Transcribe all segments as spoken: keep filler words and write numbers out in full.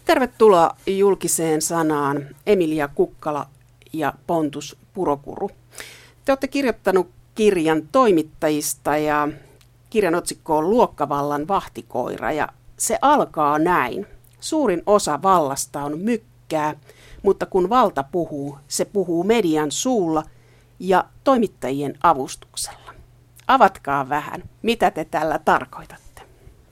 Tervetuloa julkiseen sanaan Emilia Kukkala ja Pontus Purokuru. Te olette kirjoittanut kirjan toimittajista ja kirjan otsikko on Luokkavallan vahtikoira ja se alkaa näin. Suurin osa vallasta on mykkää, mutta kun valta puhuu, se puhuu median suulla ja toimittajien avustuksella. Avatkaa vähän, mitä te tällä tarkoitatte?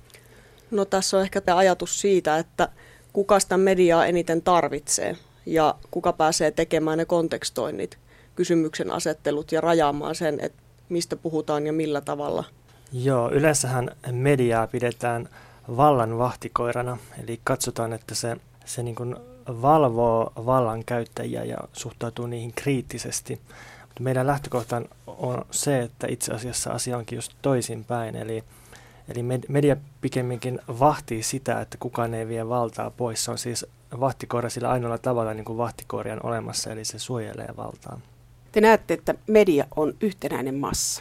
No tässä on ehkä tämä ajatus siitä, että kuka sitä mediaa eniten tarvitsee ja kuka pääsee tekemään ne kontekstoinnit, kysymyksen asettelut ja rajaamaan sen, että mistä puhutaan ja millä tavalla. Joo, yleensähän mediaa pidetään vallan vahtikoirana, eli katsotaan, että se, se niin kuin valvoo vallan käyttäjiä ja suhtautuu niihin kriittisesti. Mutta meidän lähtökohta on se, että itse asiassa asia onkin just toisinpäin, eli Eli media pikemminkin vahtii sitä, että kukaan ei vie valtaa pois. Se on siis vahtikoira sillä ainoalla tavalla, niin kuin vahtikoira on olemassa, eli se suojelee valtaa. Te näette, että media on yhtenäinen massa.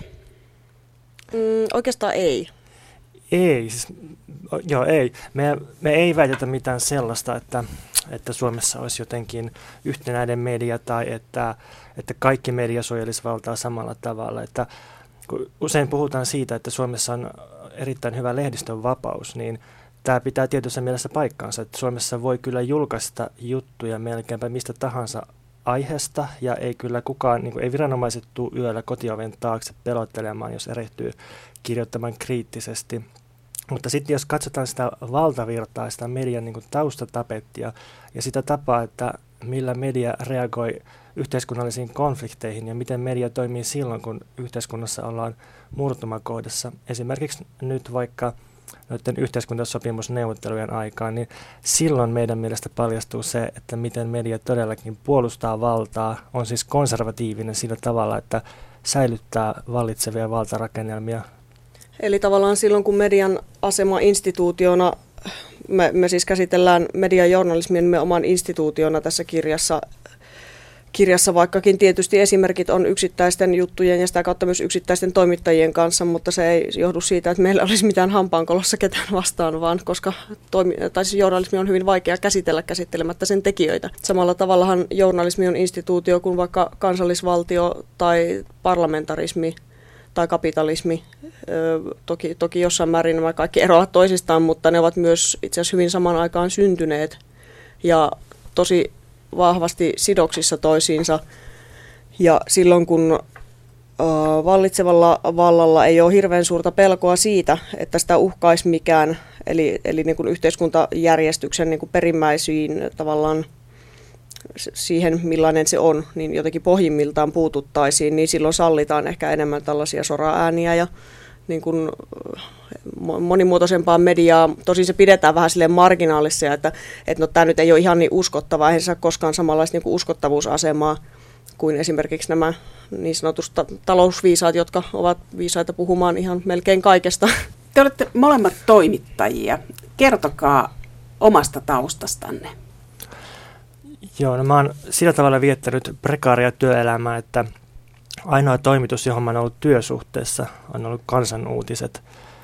Mm, oikeastaan ei. Ei, siis, joo ei. Me, me ei väitetä mitään sellaista, että, että Suomessa olisi jotenkin yhtenäinen media tai että, että kaikki media suojelisi valtaa samalla tavalla. Että, kun usein puhutaan siitä, että Suomessa on erittäin hyvä lehdistön vapaus, niin tämä pitää tietyssä mielessä paikkaansa, että Suomessa voi kyllä julkaista juttuja melkeinpä mistä tahansa aiheesta, ja ei kyllä kukaan, niin kuin, ei viranomaiset tule yöllä kotioven taakse pelottelemaan, jos erehtyy kirjoittamaan kriittisesti. Mutta sitten jos katsotaan sitä valtavirtaa, sitä median niin kuin taustatapettia ja sitä tapaa, että millä media reagoi yhteiskunnallisiin konflikteihin ja miten media toimii silloin, kun yhteiskunnassa ollaan murtumakohdassa. Esimerkiksi nyt vaikka noiden yhteiskuntasopimusneuvottelujen aikaan, niin silloin meidän mielestä paljastuu se, että miten media todellakin puolustaa valtaa, on siis konservatiivinen sillä tavalla, että säilyttää vallitsevia valtarakennelmia. Eli tavallaan silloin, kun median asema instituutiona, me, me siis käsitellään mediajournalismia nimenomaan instituutiona tässä kirjassa, Kirjassa vaikkakin tietysti esimerkit on yksittäisten juttujen ja sitä kautta myös yksittäisten toimittajien kanssa, mutta se ei johdu siitä, että meillä olisi mitään hampaankolossa ketään vastaan, vaan koska toimi, tai siis journalismi on hyvin vaikea käsitellä käsittelemättä sen tekijöitä. Samalla tavallahan journalismi on instituutio kuin vaikka kansallisvaltio tai parlamentarismi tai kapitalismi. Toki, toki jossain määrin nämä kaikki eroavat toisistaan, mutta ne ovat myös itse asiassa hyvin samaan aikaan syntyneet ja tosi vahvasti sidoksissa toisiinsa. Ja silloin kun uh, vallitsevalla vallalla ei ole hirveän suurta pelkoa siitä, että sitä uhkaisi mikään, eli, eli niin kuin yhteiskuntajärjestyksen niin kuin perimmäisiin tavallaan siihen, millainen se on, niin jotenkin pohjimmiltaan puututtaisiin, niin silloin sallitaan ehkä enemmän tällaisia soraääniä ja niin kuin monimuotoisempaa mediaa. Tosin se pidetään vähän silleen marginaalissa, että, että no, tämä nyt ei ole ihan niin uskottavaa, eihän saa koskaan samanlaista niin kuin uskottavuusasemaa kuin esimerkiksi nämä niin sanotusta talousviisaat, jotka ovat viisaita puhumaan ihan melkein kaikesta. Te olette molemmat toimittajia. Kertokaa omasta taustastanne. Joo, no mä oon sillä tavalla viettänyt prekaaria työelämää, että ainoa toimitus, johon mä oon ollut työsuhteessa, on ollut Kansan Uutiset.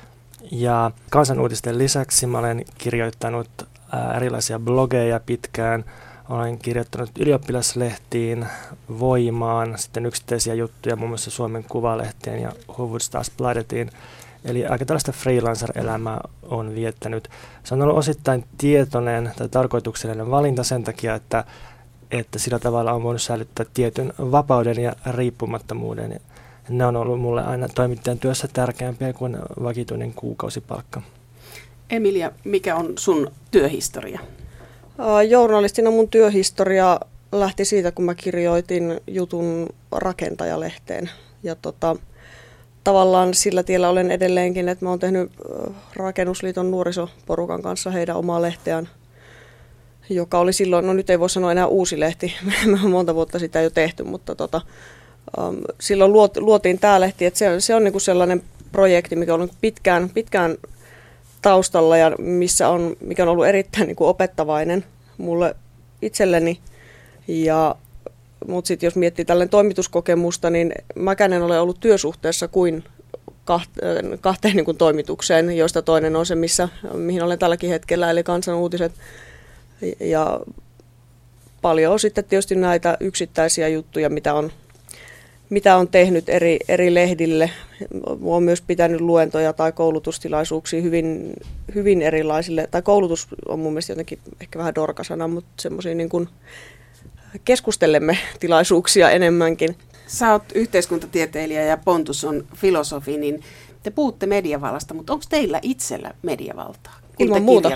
Ja Kansan Uutisten lisäksi mä olen kirjoittanut ää, erilaisia blogeja pitkään. Olen kirjoittanut ylioppilaslehtiin, Voimaan, sitten yksittäisiä juttuja muun muassa Suomen Kuvalehteen ja Hufvudstadsbladetiin. Eli aika tällaista freelancer-elämää on viettänyt. Se on ollut osittain tietoinen tai tarkoituksellinen valinta sen takia, että että sillä tavalla on voinut säilyttää tietyn vapauden ja riippumattomuuden. Ne on ollut mulle aina toimittajan työssä tärkeämpiä kuin vakituinen kuukausipalkka. Emilia, mikä on sun työhistoria? Uh, journalistina mun työhistoria lähti siitä, kun mä kirjoitin jutun Rakentajalehteen. Ja tota, tavallaan sillä tiellä olen edelleenkin, että mä oon tehnyt Rakennusliiton nuorisoporukan kanssa heidän omaa lehteään, joka oli silloin, no nyt ei voi sanoa enää uusi lehti, me on monta vuotta sitä jo tehty, mutta tota, um, silloin luot, luotiin tämä lehti, että se, se on niinku sellainen projekti, mikä on ollut pitkään, pitkään taustalla ja missä on, mikä on ollut erittäin niinku opettavainen mulle itselleni. Ja, mutta sitten jos miettii tällainen toimituskokemusta, niin mäkään en ole ollut työsuhteessa kuin kahteen, kahteen niin kuin toimitukseen, joista toinen on se, missä, mihin olen tälläkin hetkellä, eli Kansan Uutiset. Ja paljon on sitten tietysti näitä yksittäisiä juttuja, mitä on, mitä on tehnyt eri, eri lehdille. Olen myös pitänyt luentoja tai koulutustilaisuuksia hyvin, hyvin erilaisille, tai koulutus on mun mielestä jotenkin ehkä vähän dorkasana, mutta semmoisia niin kuin keskustelemme tilaisuuksia enemmänkin. Sä oot yhteiskuntatieteilijä ja Pontus on filosofi, niin te puhutte mediavallasta, mutta onko teillä itsellä mediavaltaa? Ilman muuta.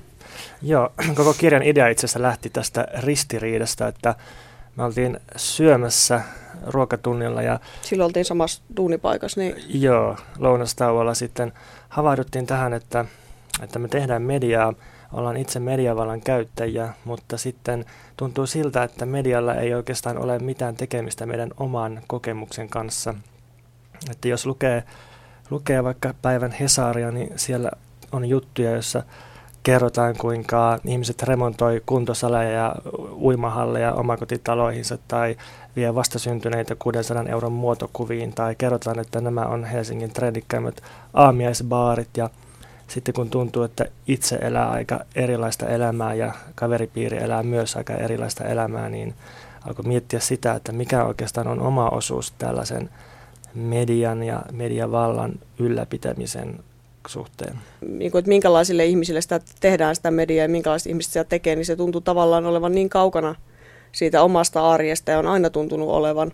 Joo, koko kirjan idea itse asiassa lähti tästä ristiriidasta, että me oltiin syömässä ruokatunnilla ja... Silloin oltiin samassa duunipaikassa, niin... Joo, lounastauolla sitten havahduttiin tähän, että, että me tehdään mediaa, ollaan itse mediavallan käyttäjiä, mutta sitten tuntuu siltä, että medialla ei oikeastaan ole mitään tekemistä meidän oman kokemuksen kanssa. Että jos lukee, lukee vaikka päivän Hesaria, niin siellä on juttuja, joissa kerrotaan, kuinka ihmiset remontoi kuntosaleja ja uimahalleja omakotitaloihinsa tai vie vastasyntyneitä kuudensadan euron muotokuviin tai kerrotaan, että nämä on Helsingin trendikkäimmät aamiaisbaarit ja sitten kun tuntuu, että itse elää aika erilaista elämää ja kaveripiiri elää myös aika erilaista elämää, niin alkoi miettiä sitä, että mikä oikeastaan on oma osuus tällaisen median ja mediavallan ylläpitämisen suhteen. Niin kuin, että minkälaisille ihmisille sitä tehdään sitä mediaa ja minkälaiset ihmiset sitä tekee, niin se tuntuu tavallaan olevan niin kaukana siitä omasta arjesta ja on aina tuntunut olevan.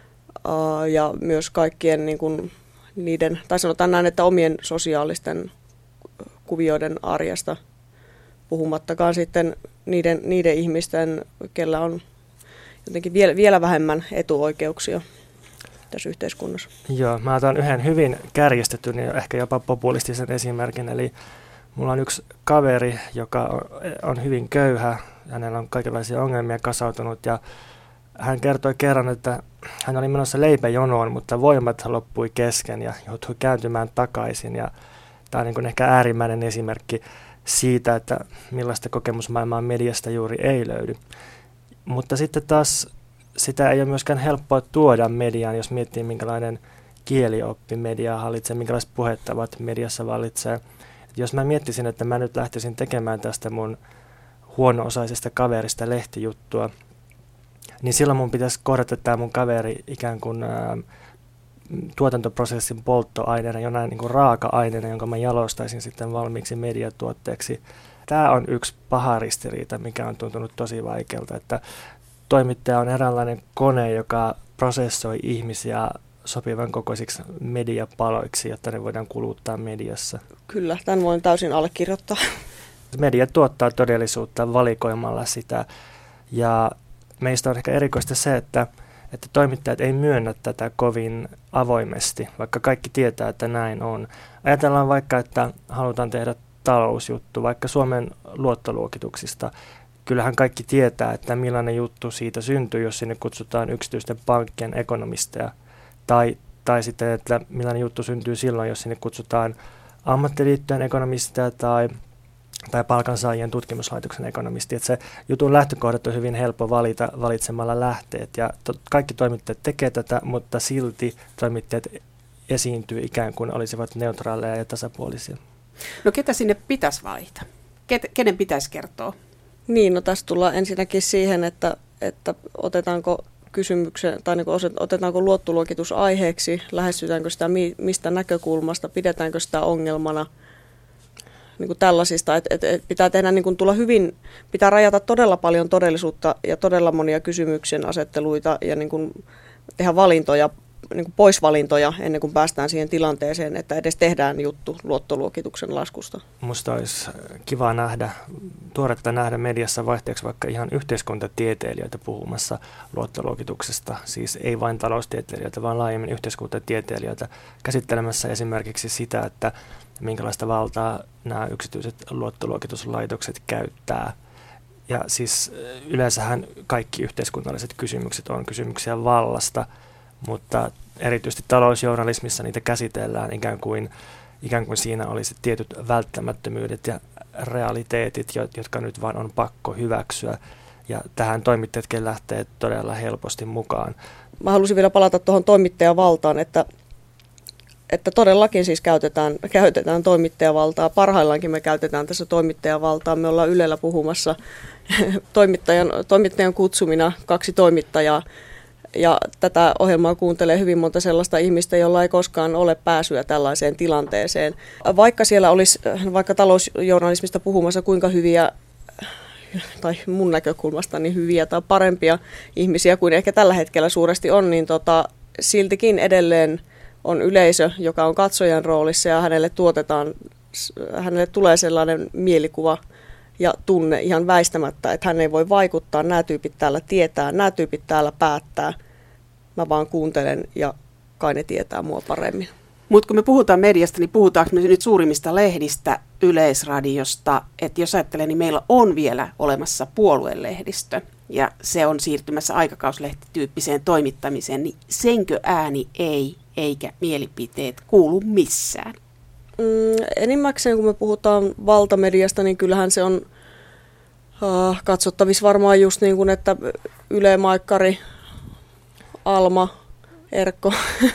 Uh, ja myös kaikkien niin kuin, niiden, tai sanotaan näin, että omien sosiaalisten kuvioiden arjesta, puhumattakaan sitten niiden, niiden ihmisten, kellä on jotenkin vielä, vielä vähemmän etuoikeuksia tässä yhteiskunnassa. Joo, mä otan yhden hyvin kärjestetyn ja ehkä jopa populistisen esimerkin, eli mulla on yksi kaveri, joka on hyvin köyhä, hänellä on kaikenlaisia ongelmia kasautunut ja hän kertoi kerran, että hän oli menossa leipäjonoon, mutta voimat loppui kesken ja joutui kääntymään takaisin ja tämä on niin kuin ehkä äärimmäinen esimerkki siitä, että millaista kokemusmaailmaa mediasta juuri ei löydy. Mutta sitten taas sitä ei ole myöskään helppoa tuoda mediaan, jos miettii minkälainen kielioppi mediaa hallitsee, minkälaiset puhettavat mediassa vallitsee. Et jos mä miettisin, että mä nyt lähtisin tekemään tästä mun huono-osaisesta kaverista lehtijuttua, niin silloin mun pitäisi kohdata tämä mun kaveri ikään kuin ää, tuotantoprosessin polttoaineena, jonain niin kuin raaka-aineena, jonka mä jalostaisin sitten valmiiksi mediatuotteeksi. Tämä on yksi paha ristiriita, mikä on tuntunut tosi vaikealta, että toimittaja on eräänlainen kone, joka prosessoi ihmisiä sopivan kokoisiksi mediapaloiksi, jotta ne voidaan kuluttaa mediassa. Kyllä, tämän voin täysin allekirjoittaa. Media tuottaa todellisuutta valikoimalla sitä, ja meistä on ehkä erikoista se, että, että toimittajat ei myönnä tätä kovin avoimesti, vaikka kaikki tietää, että näin on. Ajatellaan vaikka, että halutaan tehdä talousjuttu, vaikka Suomen luottoluokituksista. Kyllähän kaikki tietää, että millainen juttu siitä syntyy, jos sinne kutsutaan yksityisten pankkien ekonomisteja. Tai, tai sitten, että millainen juttu syntyy silloin, jos sinne kutsutaan ammattiliittojen ekonomisteja tai, tai palkansaajien tutkimuslaitoksen ekonomisti. Että se jutun lähtökohdat on hyvin helppo valita valitsemalla lähteet. Ja to, kaikki toimittajat tekee tätä, mutta silti toimittajat esiintyy ikään kuin olisivat neutraaleja ja tasapuolisia. No ketä sinne pitäisi valita? Ket, kenen pitäisi kertoa? Niin, no tässä tullaan ensinnäkin siihen, että, että otetaanko kysymyksen, tai niin otetaanko luottoluokitus aiheeksi, lähestytäänkö sitä mistä näkökulmasta, pidetäänkö sitä ongelmana, niin kuin tällaisista, että, että pitää tehdä niin kuin tulla hyvin, pitää rajata todella paljon todellisuutta ja todella monia kysymyksen asetteluita ja niin kuin tehdä valintoja, niin kuin poisvalintoja ennen kuin päästään siihen tilanteeseen, että edes tehdään juttu luottoluokituksen laskusta. Musta olisi kiva nähdä, tuoretta nähdä mediassa vaihteeksi vaikka ihan yhteiskuntatieteilijöitä puhumassa luottoluokituksesta, siis ei vain taloustieteilijöitä, vaan laajemmin yhteiskuntatieteilijöitä käsittelemässä esimerkiksi sitä, että minkälaista valtaa nämä yksityiset luottoluokituslaitokset käyttää. Ja siis yleensähän kaikki yhteiskunnalliset kysymykset on kysymyksiä vallasta, mutta erityisesti talousjournalismissa niitä käsitellään ikään kuin, ikään kuin siinä olisi tietyt välttämättömyydet ja realiteetit, jotka nyt vaan on pakko hyväksyä. Ja tähän toimittajatkin lähtee todella helposti mukaan. Mä halusin vielä palata tuohon toimittajavaltaan, että että todellakin siis käytetään, käytetään toimittajavaltaa. Parhaillaankin me käytetään tässä toimittajavaltaa. Me ollaan Ylellä puhumassa toimittajan, toimittajan kutsumina kaksi toimittajaa. Ja tätä ohjelmaa kuuntelee hyvin monta sellaista ihmistä, jolla ei koskaan ole pääsyä tällaiseen tilanteeseen. Vaikka siellä olisi vaikka talousjournalismista puhumassa kuinka hyviä, tai mun näkökulmasta niin hyviä tai parempia ihmisiä kuin ehkä tällä hetkellä suuresti on, niin tota, siltikin edelleen on yleisö, joka on katsojan roolissa ja hänelle tuotetaan, hänelle tulee sellainen mielikuva ja tunne ihan väistämättä, että hän ei voi vaikuttaa, nämä tyypit täällä tietää, nämä tyypit täällä päättää, mä vaan kuuntelen ja kai ne tietää mua paremmin. Mutta kun me puhutaan mediasta, niin puhutaanko me nyt suurimmista lehdistä, Yleisradiosta, että jos ajattelee, niin meillä on vielä olemassa puoluelehdistö ja se on siirtymässä aikakauslehtityyppiseen toimittamiseen, niin senkö ääni ei eikä mielipiteet kuulu missään? Mm, enimmäkseen kun me puhutaan valtamediasta, niin kyllähän se on uh, katsottavissa varmaan just niin kuin, että Yle, Maikkari, Alma, Erkko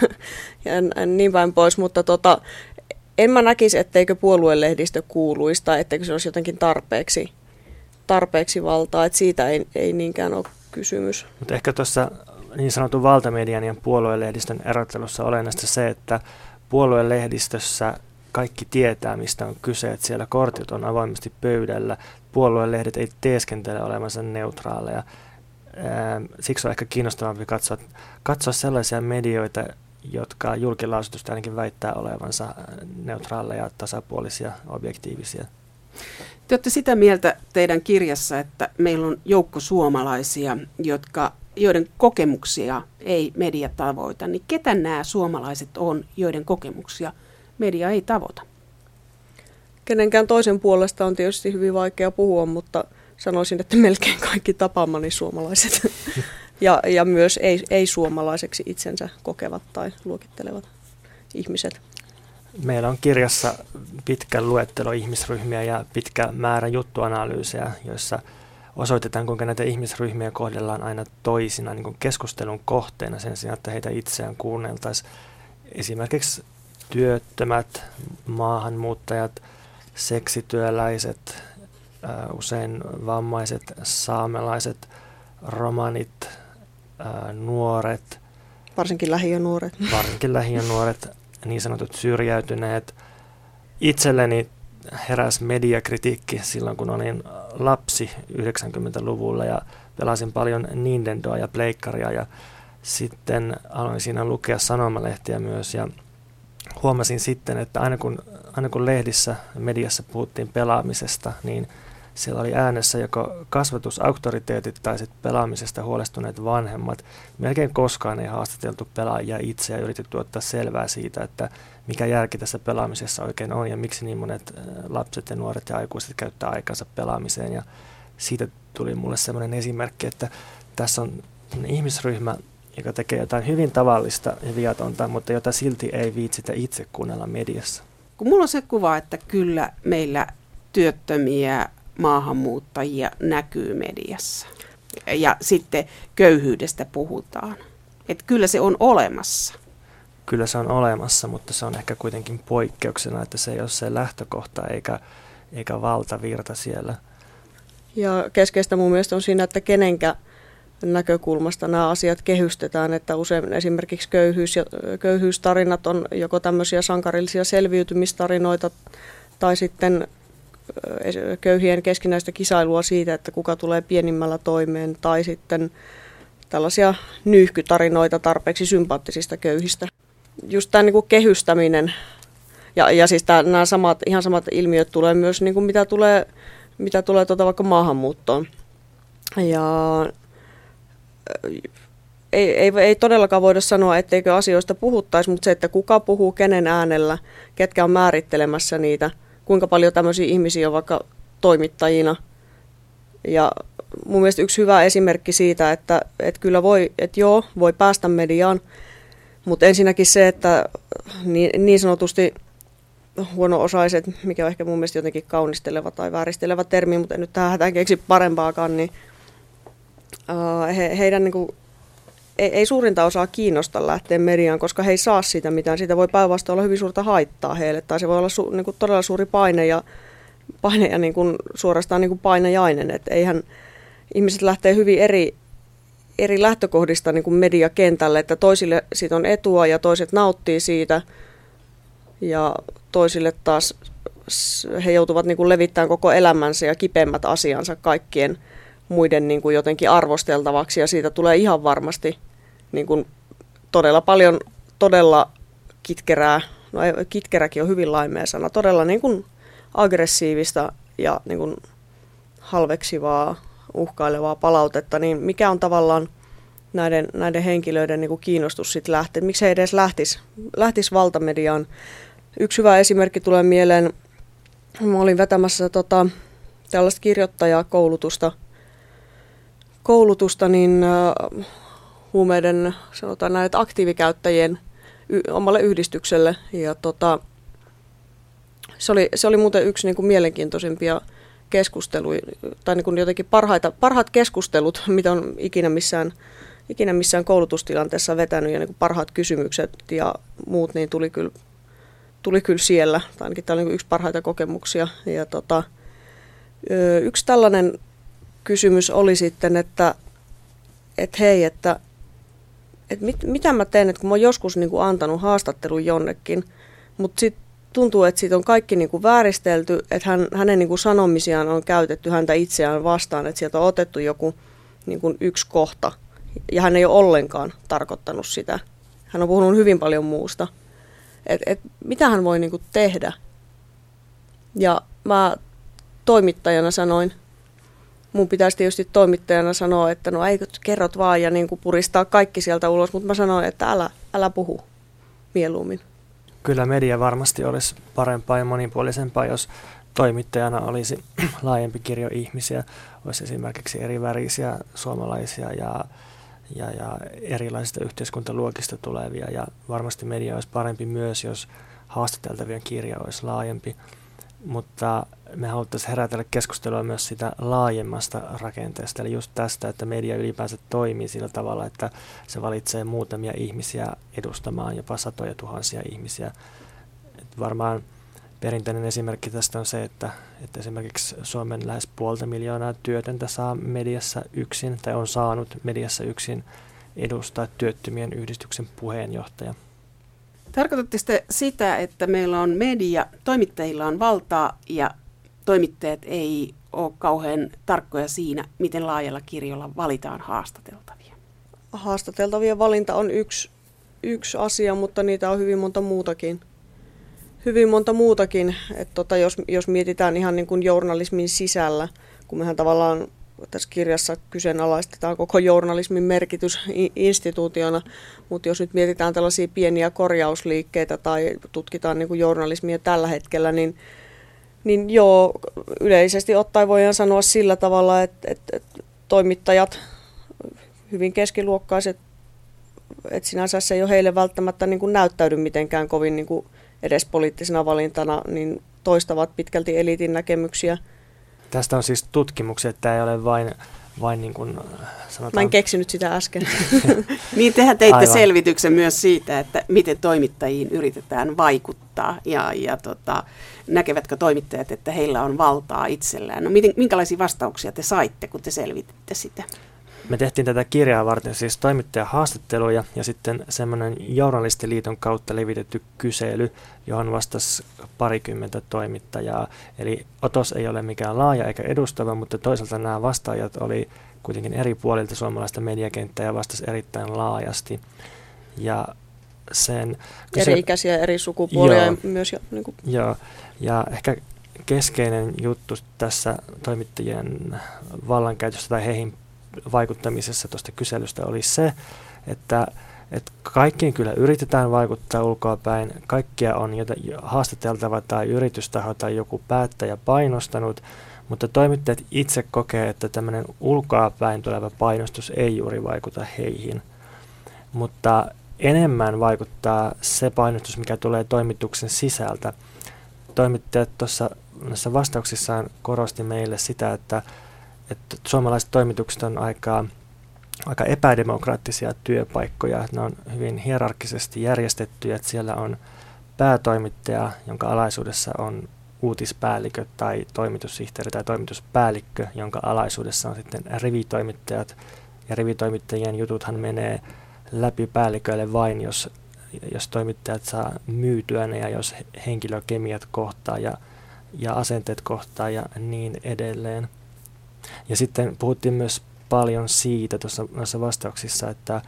ja niin päin pois, mutta tota, en mä näkisi, etteikö puoluelehdistö kuuluisi tai etteikö se olisi jotenkin tarpeeksi, tarpeeksi valtaa, että siitä ei, ei niinkään ole kysymys. Mutta ehkä tuossa niin sanotun valtamedian ja puoluelehdistön erottelussa olennaista se, että puoluelehdistössä kaikki tietää, mistä on kyse, että siellä kortit on avoimesti pöydällä. Puoluelehdet ei teeskentele olevansa neutraaleja. Siksi on ehkä kiinnostavampi katsoa, katsoa sellaisia medioita, jotka julkilausutusta ainakin väittää olevansa neutraaleja, tasapuolisia, objektiivisia. Te olette sitä mieltä teidän kirjassa, että meillä on joukko suomalaisia, jotka, joiden kokemuksia ei media tavoita. Niin ketä nämä suomalaiset on, joiden kokemuksia media ei tavoita? Kenenkään toisen puolesta on tietysti hyvin vaikea puhua, mutta sanoisin, että melkein kaikki tapaamani suomalaiset ja, ja myös ei, ei-suomalaiseksi itsensä kokevat tai luokittelevat ihmiset. Meillä on kirjassa pitkä luettelo ihmisryhmiä ja pitkä määrä juttuanalyysejä, joissa osoitetaan, kuinka näitä ihmisryhmiä kohdellaan aina toisina niin kuin keskustelun kohteena sen sijaan, että heitä itseään kuunneltaisiin. Esimerkiksi työttömät, maahanmuuttajat, seksityöläiset, usein vammaiset, saamelaiset, romanit, nuoret. Varsinkin lähiönuoret. Varsinkin lähiönuoret, niin sanotut syrjäytyneet. Itselleni heräsi mediakritiikki silloin, kun olin lapsi yhdeksänkymmentäluvulla ja pelasin paljon Nintendoa ja pleikkaria ja sitten aloin siinä lukea sanomalehtiä myös ja huomasin sitten, että aina kun, aina kun lehdissä, mediassa puhuttiin pelaamisesta, niin siellä oli äänessä joko kasvatusauktoriteetit tai sitten pelaamisesta huolestuneet vanhemmat. Melkein koskaan ei haastateltu pelaajia itse ja yritetty ottaa selvää siitä, että mikä järki tässä pelaamisessa oikein on ja miksi niin monet lapset ja nuoret ja aikuiset käyttää aikansa pelaamiseen. Ja siitä tuli mulle sellainen esimerkki, että tässä on ihmisryhmä, joka tekee jotain hyvin tavallista ja viatonta, mutta jota silti ei viitsitä itse kuunnella mediassa. Kun mulla on se kuva, että kyllä meillä työttömiä maahanmuuttajia näkyy mediassa ja sitten köyhyydestä puhutaan. Että kyllä se on olemassa. Kyllä se on olemassa, mutta se on ehkä kuitenkin poikkeuksena, että se ei ole se lähtökohta eikä, eikä valtavirta siellä. Ja keskeistä mun mielestä on siinä, että kenenkä näkökulmasta nämä asiat kehystetään, että usein esimerkiksi köyhyys ja, köyhyystarinat on joko tämmöisiä sankarillisia selviytymistarinoita tai sitten köyhien keskinäistä kisailua siitä, että kuka tulee pienimmällä toimeen tai sitten tällaisia nyyhkytarinoita tarpeeksi sympaattisista köyhistä. Just tämä niin kuin kehystäminen ja, ja siis tämä, nämä samat, ihan samat ilmiöt tulee myös niin kuin mitä tulee, mitä tulee tuota vaikka maahanmuuttoon. Ja Ei, ei, ei todellakaan voida sanoa, etteikö asioista puhuttaisi, mutta se, että kuka puhuu, kenen äänellä, ketkä on määrittelemässä niitä, kuinka paljon tämmöisiä ihmisiä on vaikka toimittajina. Ja mun mielestä yksi hyvä esimerkki siitä, että, että kyllä voi, että joo, voi päästä mediaan, mutta ensinnäkin se, että niin, niin sanotusti huono-osaiset, mikä on ehkä mun mielestä jotenkin kaunisteleva tai vääristelevä termi, mutta en nyt tähän hätään keksi parempaakaan, niin uh, he, heidän niin kuin ei, ei suurinta osaa kiinnosta lähteä mediaan, koska he ei saa siitä mitään. Siitä voi päinvastoin olla hyvin suurta haittaa heille, tai se voi olla su, niin kuin todella suuri paine ja, paine ja niin kuin suorastaan niin kuin painajainen. Et eihän ihmiset lähtee hyvin eri, eri lähtökohdista niin kuin mediakentälle, että toisille siitä on etua ja toiset nauttii siitä, ja toisille taas he joutuvat niin kuin levittämään koko elämänsä ja kipeimmät asiansa kaikkien muiden niin kuin jotenkin arvosteltavaksi, ja siitä tulee ihan varmasti niin kuin todella paljon todella kitkerää, no kitkeräkin on hyvin laimea sana, todella niin kuin aggressiivista ja niin kuin halveksivaa, uhkailevaa palautetta, niin mikä on tavallaan näiden, näiden henkilöiden niin kuin kiinnostus sitten lähteä, miksi he edes lähtisi, lähtisi valtamediaan. Yksi hyvä esimerkki tulee mieleen, mä olin vetämässä tota, tällaista kirjoittajakoulutusta, koulutusta, niin äh, huumeiden, sanotaan näin, aktiivikäyttäjien y- omalle yhdistykselle. Ja tota, se, oli, se oli muuten yksi niin kuin mielenkiintoisimpia keskusteluja, tai niin kuin jotenkin parhaita, parhaat keskustelut, mitä on ikinä missään, ikinä missään koulutustilanteessa vetänyt, ja niin kuin parhaat kysymykset ja muut, niin tuli kyllä, tuli kyllä siellä. Tai ainakin tämä oli niin kuin yksi parhaita kokemuksia. Ja tota, yksi tällainen kysymys oli sitten, että et hei, että et mit, mitä mä teen, että kun mä oon joskus niin kuin antanut haastattelun jonnekin, mutta sitten tuntuu, että siitä on kaikki niin kuin vääristelty, että hän, hänen niin kuin sanomisiaan on käytetty häntä itseään vastaan, että sieltä on otettu joku niin kuin yksi kohta, ja hän ei ole ollenkaan tarkoittanut sitä. Hän on puhunut hyvin paljon muusta. Että et, mitä hän voi niin kuin tehdä? Ja mä toimittajana sanoin, mun pitäisi tietysti toimittajana sanoa, että no eikö kerrot vaan ja niin kuin puristaa kaikki sieltä ulos, mutta mä sanoin, että älä, älä puhu mieluummin. Kyllä media varmasti olisi parempaa ja monipuolisempaa, jos toimittajana olisi laajempi kirjo ihmisiä, olisi esimerkiksi eri värisiä suomalaisia ja, ja, ja erilaisista yhteiskuntaluokista tulevia, ja varmasti media olisi parempi myös, jos haastateltavien kirja olisi laajempi. Mutta me haluttaisiin herätellä keskustelua myös sitä laajemmasta rakenteesta, eli just tästä, että media ylipäänsä toimii sillä tavalla, että se valitsee muutamia ihmisiä edustamaan jopa satoja tuhansia ihmisiä. Et varmaan perinteinen esimerkki tästä on se, että, että esimerkiksi Suomen lähes puolta miljoonaa työtöntä saa mediassa yksin, tai on saanut mediassa yksin edustaa työttömien yhdistyksen puheenjohtaja. Tarkoitatteko te sitä, että meillä on media, toimittajilla on valtaa ja toimittajat ei ole kauhean tarkkoja siinä, miten laajalla kirjolla valitaan haastateltavia? Haastateltavien valinta on yksi, yksi asia, mutta niitä on hyvin monta muutakin. Hyvin monta muutakin, että tota, jos, jos mietitään ihan niin kuin journalismin sisällä, kun mehän tavallaan tässä kirjassa kyseenalaistetaan koko journalismin merkitys instituutiona, mutta jos nyt mietitään tällaisia pieniä korjausliikkeitä tai tutkitaan niin kuin journalismia tällä hetkellä, niin, niin joo, yleisesti ottaen voidaan sanoa sillä tavalla, että, että, että toimittajat, hyvin keskiluokkaiset, että sinänsä se ei ole heille välttämättä niin kuin näyttäydy mitenkään kovin niin kuin edes poliittisena valintana, niin toistavat pitkälti eliitin näkemyksiä. Tästä on siis tutkimuksia, että tämä ei ole vain, vain niin kuin sanotaan... Mä en keksinyt sitä äsken. Niin tehän teitte Aivan. selvityksen myös siitä, että miten toimittajiin yritetään vaikuttaa ja, ja tota, näkevätkö toimittajat, että heillä on valtaa itsellään. No miten, minkälaisia vastauksia te saitte, kun te selvititte sitä? Me tehtiin tätä kirjaa varten siis toimittajahaastatteluja ja sitten semmoinen Journalistiliiton kautta levitetty kysely, johon vastasi parikymmentä toimittajaa. Eli otos ei ole mikään laaja eikä edustava, mutta toisaalta nämä vastaajat oli kuitenkin eri puolilta suomalaista mediakenttää ja vastasi erittäin laajasti. Ja sen kysy- eri ikäisiä, eri sukupuolia joo, myös. Jo, niin kuin. Joo, ja ehkä keskeinen juttu tässä toimittajien vallankäytössä tai heihin vaikuttamisessa tuosta kyselystä oli se, että, että kaikkiin kyllä yritetään vaikuttaa ulkoapäin, kaikkia on jota haastateltava tai yritystaho tai joku päättäjä painostanut, mutta toimittajat itse kokee, että tämmöinen ulkoapäin tuleva painostus ei juuri vaikuta heihin, mutta enemmän vaikuttaa se painostus, mikä tulee toimituksen sisältä. Toimittajat tuossa näissä vastauksissaan korosti meille sitä, että että suomalaiset toimitukset on aika aika epädemokraattisia työpaikkoja. Ne on hyvin hierarkkisesti järjestettyjä, että siellä on päätoimittaja, jonka alaisuudessa on uutispäällikkö tai toimitussihteeri tai toimituspäällikkö, jonka alaisuudessa on sitten rivitoimittajat. Ja rivitoimittajien jututhan menee läpi päälliköille vain, jos, jos toimittajat saa myytyä ne ja jos henkilökemiat kohtaa ja, ja asenteet kohtaa ja niin edelleen. Ja sitten puhuttiin myös paljon siitä tuossa noissa vastauksissa, että,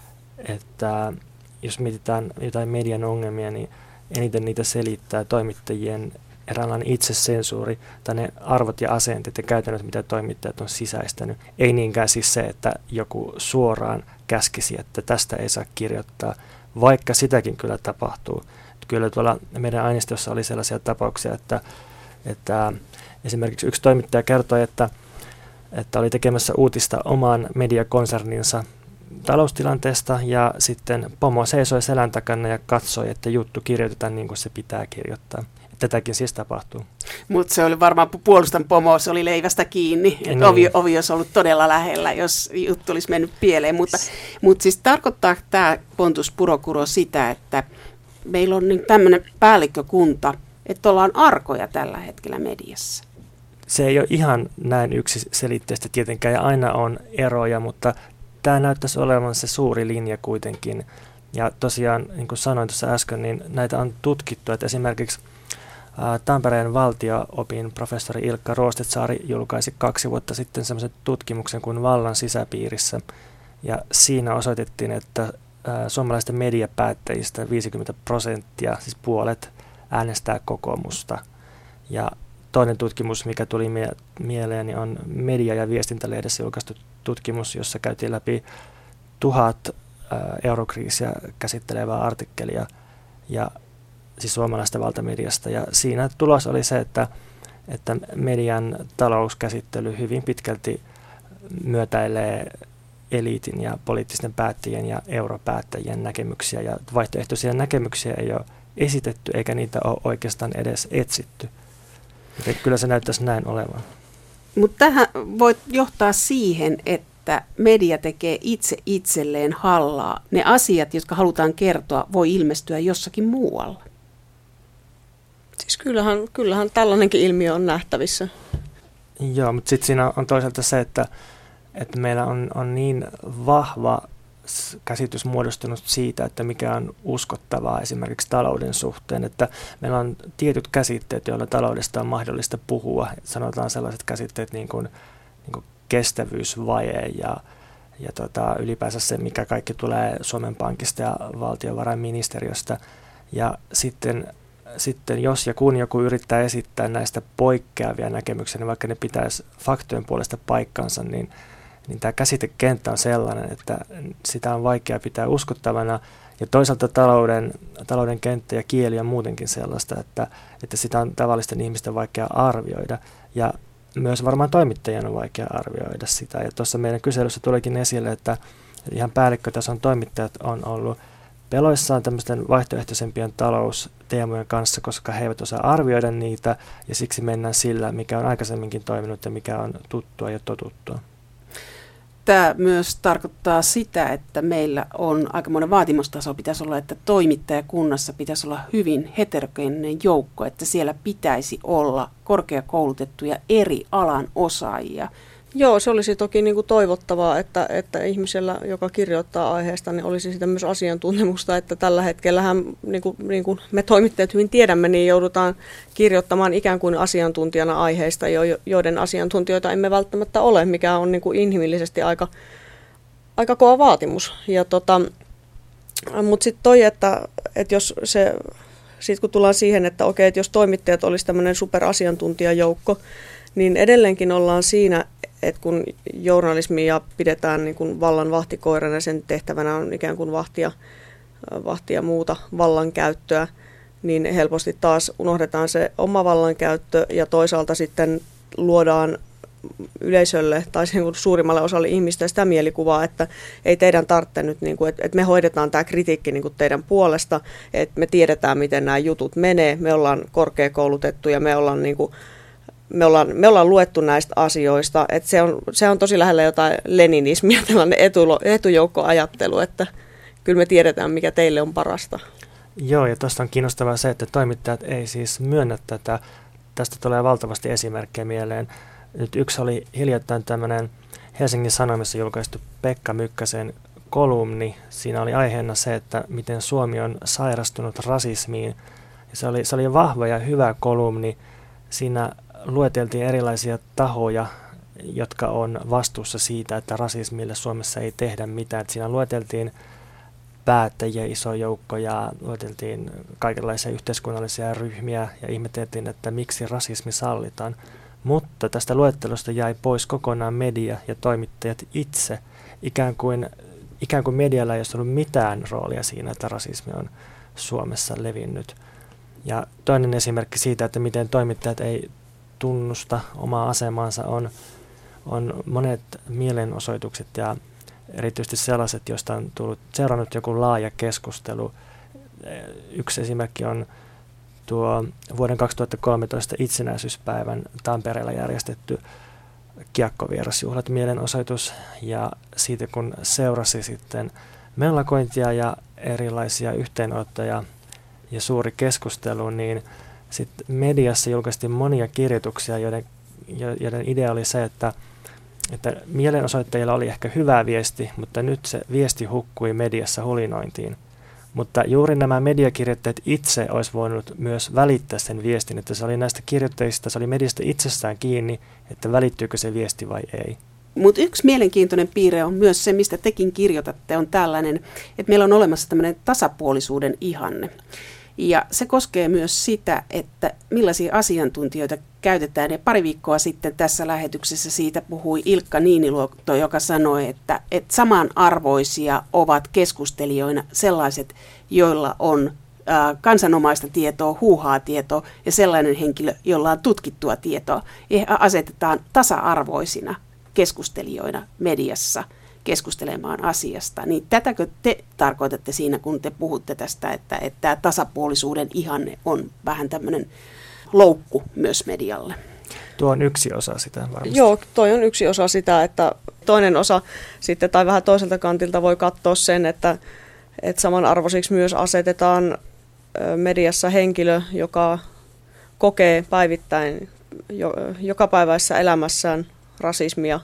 että jos mietitään jotain median ongelmia, niin eniten niitä selittää toimittajien eräänlainen itsesensuuri tai ne arvot ja asenteet ja käytännöt, mitä toimittajat on sisäistänyt. Ei niinkään siis se, että joku suoraan käskisi, että tästä ei saa kirjoittaa, vaikka sitäkin kyllä tapahtuu. Kyllä tuolla meidän aineistossa oli sellaisia tapauksia, että, että esimerkiksi yksi toimittaja kertoi, että, että oli tekemässä uutista oman mediakonserninsa taloustilanteesta ja sitten pomo seisoi selän takana ja katsoi, että juttu kirjoitetaan niin kuin se pitää kirjoittaa. Tätäkin siis tapahtuu. Mutta se oli varmaan puolustan pomoa, se oli leivästä kiinni. Niin. Ovi, ovi olisi ollut todella lähellä, jos juttu olisi mennyt pieleen. Mutta, mutta siis tarkoittaa tämä Pontus Purokuro sitä, että meillä on niin tämmöinen päällikkökunta, että ollaan arkoja tällä hetkellä mediassa. Se ei ole ihan näin yksiselitteistä tietenkään ja aina on eroja, mutta tämä näyttäisi olevan se suuri linja kuitenkin. Ja tosiaan, niin kuin sanoin tuossa äsken, niin näitä on tutkittu, että esimerkiksi Tampereen valtio-opin professori Ilkka Roostetsaari julkaisi kaksi vuotta sitten semmoisen tutkimuksen kuin Vallan sisäpiirissä. Ja siinä osoitettiin, että suomalaisten mediapäättäjistä viisikymmentä prosenttia, siis puolet, äänestää kokoomusta. Ja toinen tutkimus, mikä tuli mie- mieleeni, on Media- ja viestintälehdessä julkaistu tutkimus, jossa käytiin läpi tuhat eurokriisiä käsittelevää artikkelia ja siis suomalaista valtamediasta. Ja siinä tulos oli se, että, että median talouskäsittely hyvin pitkälti myötäilee eliitin ja poliittisten päättäjien ja europäättäjien näkemyksiä. Ja vaihtoehtoisia näkemyksiä ei ole esitetty eikä niitä ole oikeastaan edes etsitty. Joten kyllä se näyttäisi näin olevan. Mutta tähän voi johtaa siihen, että media tekee itse itselleen hallaa. Ne asiat, jotka halutaan kertoa, voi ilmestyä jossakin muualla. Siis kyllähän, kyllähän tällainenkin ilmiö on nähtävissä. Joo, mutta sitten siinä on toisaalta se, että, että meillä on, on niin vahva käsitys muodostunut siitä, että mikä on uskottavaa esimerkiksi talouden suhteen, että meillä on tietyt käsitteet, joilla taloudesta on mahdollista puhua. Sanotaan sellaiset käsitteet niin kuin, niin kuin kestävyysvaje ja, ja tota, ylipäänsä se, mikä kaikki tulee Suomen Pankista ja valtiovarainministeriöstä. Ja sitten Sitten jos ja kun joku yrittää esittää näistä poikkeavia näkemyksiä, niin vaikka ne pitäisi faktojen puolesta paikkansa, niin, niin tämä käsitekenttä on sellainen, että sitä on vaikea pitää uskottavana. Ja toisaalta talouden, talouden kenttä ja kieli on muutenkin sellaista, että, että sitä on tavallisten ihmisten vaikea arvioida. Ja myös varmaan toimittajien on vaikea arvioida sitä. Ja tuossa meidän kyselyssä tulikin esille, että ihan päällikkötason toimittajat on ollut peloissaan tämmöisten vaihtoehtoisempien talousteemojen kanssa, koska he eivät osaa arvioida niitä, ja siksi mennään sillä, mikä on aikaisemminkin toiminut ja mikä on tuttua ja totuttua. Tämä myös tarkoittaa sitä, että meillä on aikamoinen vaatimustaso pitäisi olla, että toimittajakunnassa pitäisi olla hyvin heterogeeninen joukko, että siellä pitäisi olla korkeakoulutettuja eri alan osaajia. Joo, se olisi toki niin kuin toivottavaa, että, että ihmisellä, joka kirjoittaa aiheesta, niin olisi sitä myös asiantuntemusta, että tällä hetkellähän, niin kuin, niin kuin me toimittajat hyvin tiedämme, niin joudutaan kirjoittamaan ikään kuin asiantuntijana aiheista, joiden asiantuntijoita emme välttämättä ole, mikä on niin kuin inhimillisesti aika, aika kova vaatimus. Ja tota, mutta sitten toi, että, että jos se, sit kun tullaan siihen, että okei, että jos toimittajat olisi tämmöinen superasiantuntijajoukko, niin edelleenkin ollaan siinä, että kun journalismia pidetään niin kuin vallan vahtikoirana ja sen tehtävänä on ikään kuin vahtia, vahtia muuta vallankäyttöä, niin helposti taas unohdetaan se oma vallankäyttö ja toisaalta sitten luodaan yleisölle tai suurimmalle osalle ihmistä sitä mielikuvaa, että ei teidän tarvitse nyt, niin kuin, että me hoidetaan tämä kritiikki niin kuin teidän puolesta, että me tiedetään, miten nämä jutut menee, me ollaan korkeakoulutettuja, me ollaan niin kuin me ollaan, me ollaan luettu näistä asioista, että se on, se on tosi lähellä jotain leninismiä, tällainen etu, etujoukkoajattelu, että kyllä me tiedetään, mikä teille on parasta. Joo, ja tuosta on kiinnostavaa se, että toimittajat ei siis myönnä tätä. Tästä tulee valtavasti esimerkkejä mieleen. Nyt yksi oli hiljattain tämmöinen Helsingin Sanomissa julkaistu Pekka Mykkäsen kolumni. Siinä oli aiheena se, että miten Suomi on sairastunut rasismiin. Ja se oli, se oli vahva ja hyvä kolumni. Siinä lueteltiin erilaisia tahoja, jotka on vastuussa siitä, että rasismille Suomessa ei tehdä mitään. Siinä lueteltiin päättäjiä, iso joukko, ja lueteltiin kaikenlaisia yhteiskunnallisia ryhmiä ja ihmeteltiin, että miksi rasismi sallitaan. Mutta tästä luettelosta jäi pois kokonaan media ja toimittajat itse. Ikään kuin, ikään kuin medialla ei olisi ollut mitään roolia siinä, että rasismi on Suomessa levinnyt. Ja toinen esimerkki siitä, että miten toimittajat ei tunnusta omaa asemaansa, on, on monet mielenosoitukset ja erityisesti sellaiset, joista on tullut seurannut joku laaja keskustelu. Yksi esimerkki on tuo vuoden kaksituhattakolmetoista itsenäisyyspäivän Tampereella järjestetty kiekkovierasjuhlat mielenosoitus, ja siitä kun seurasi sitten mellakointia ja erilaisia yhteenottoja ja suuri keskustelu, niin sitten mediassa julkaistiin monia kirjoituksia, joiden, joiden idea oli se, että että mielenosoittajilla oli ehkä hyvä viesti, mutta nyt se viesti hukkui mediassa hulinointiin. Mutta juuri nämä mediakirjoittajat itse olisi voinut myös välittää sen viestin, että se oli näistä kirjoittajista, se oli mediasta itsestään kiinni, että välittyykö se viesti vai ei. Mutta yksi mielenkiintoinen piirre on myös se, mistä tekin kirjoitatte, on tällainen, että meillä on olemassa tämmöinen tasapuolisuuden ihanne. Ja se koskee myös sitä, että millaisia asiantuntijoita käytetään. Ja pari viikkoa sitten tässä lähetyksessä siitä puhui Ilkka Niiniluoto, joka sanoi, että, että samanarvoisia ovat keskustelijoina sellaiset, joilla on ää, kansanomaista tietoa, huuhaa tietoa, ja sellainen henkilö, jolla on tutkittua tietoa. Ja asetetaan tasa-arvoisina keskustelijoina mediassa keskustelemaan asiasta. Niin tätäkö te tarkoitatte siinä, kun te puhutte tästä, että, että tämä tasapuolisuuden ihanne on vähän tämmöinen loukku myös medialle? Tuo on yksi osa sitä varmasti. Joo, toi on yksi osa sitä, että toinen osa sitten, tai vähän toiselta kantilta voi katsoa sen, että, että samanarvoisiksi myös asetetaan mediassa henkilö, joka kokee päivittäin jo, jokapäiväisessä elämässään rasismia,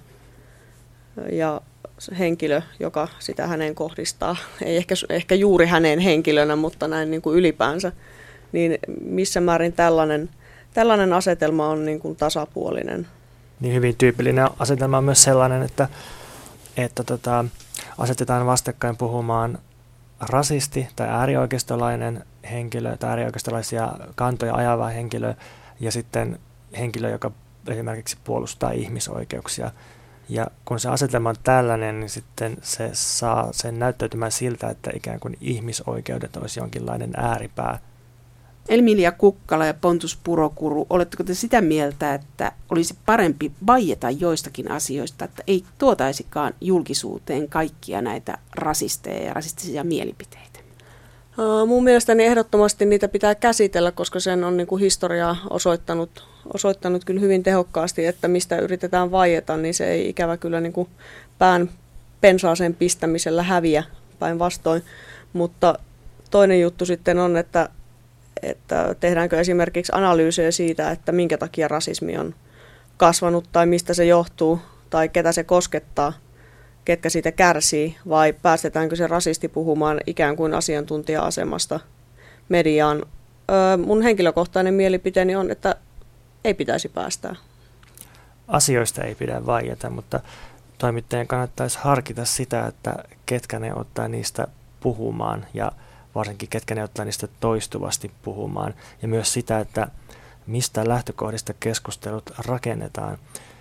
ja henkilö, joka sitä häneen kohdistaa, ei ehkä, ehkä juuri häneen henkilönä, mutta näin niin kuin ylipäänsä, niin missä määrin tällainen, tällainen asetelma on niin kuin tasapuolinen. Niin hyvin tyypillinen asetelma on myös sellainen, että, että tota, asetetaan vastakkain puhumaan rasisti tai äärioikeistolainen henkilö tai äärioikeistolaisia kantoja ajava henkilö ja sitten henkilö, joka esimerkiksi puolustaa ihmisoikeuksia. Ja kun se asetelma on tällainen, niin sitten se saa sen näyttäytymään siltä, että ikään kuin ihmisoikeudet olisi jonkinlainen ääripää. Emilia Kukkala ja Pontus Purokuru, oletteko te sitä mieltä, että olisi parempi vaieta joistakin asioista, että ei tuotaisikaan julkisuuteen kaikkia näitä rasisteja ja rasistisia mielipiteitä? Uh, mun mielestäni ehdottomasti niitä pitää käsitellä, koska sen on niin kuin historia osoittanut, osoittanut kyllä hyvin tehokkaasti, että mistä yritetään vaieta, niin se ei ikävä kyllä niin kuin pään pensaaseen pistämisellä häviä päinvastoin. Mutta toinen juttu sitten on, että, että tehdäänkö esimerkiksi analyysejä siitä, että minkä takia rasismi on kasvanut tai mistä se johtuu tai ketä se koskettaa, ketkä siitä kärsii, vai päästetäänkö se rasisti puhumaan ikään kuin asiantuntija-asemasta mediaan. Öö, mun henkilökohtainen mielipiteeni on, että ei pitäisi päästää. Asioista ei pidä vaieta, mutta toimittajien kannattaisi harkita sitä, että ketkä ne ottaa niistä puhumaan ja varsinkin ketkä ne ottaa niistä toistuvasti puhumaan. Ja myös sitä, että mistä lähtökohdista keskustelut rakennetaan.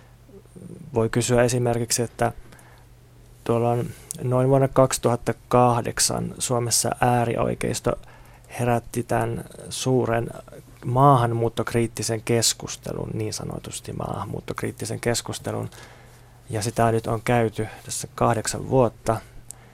Voi kysyä esimerkiksi, että tuolla on noin vuonna kaksituhattakahdeksan Suomessa äärioikeisto herätti tämän suuren maahanmuuttokriittisen keskustelun, niin sanotusti maahanmuuttokriittisen keskustelun, ja sitä nyt on käyty tässä kahdeksan vuotta,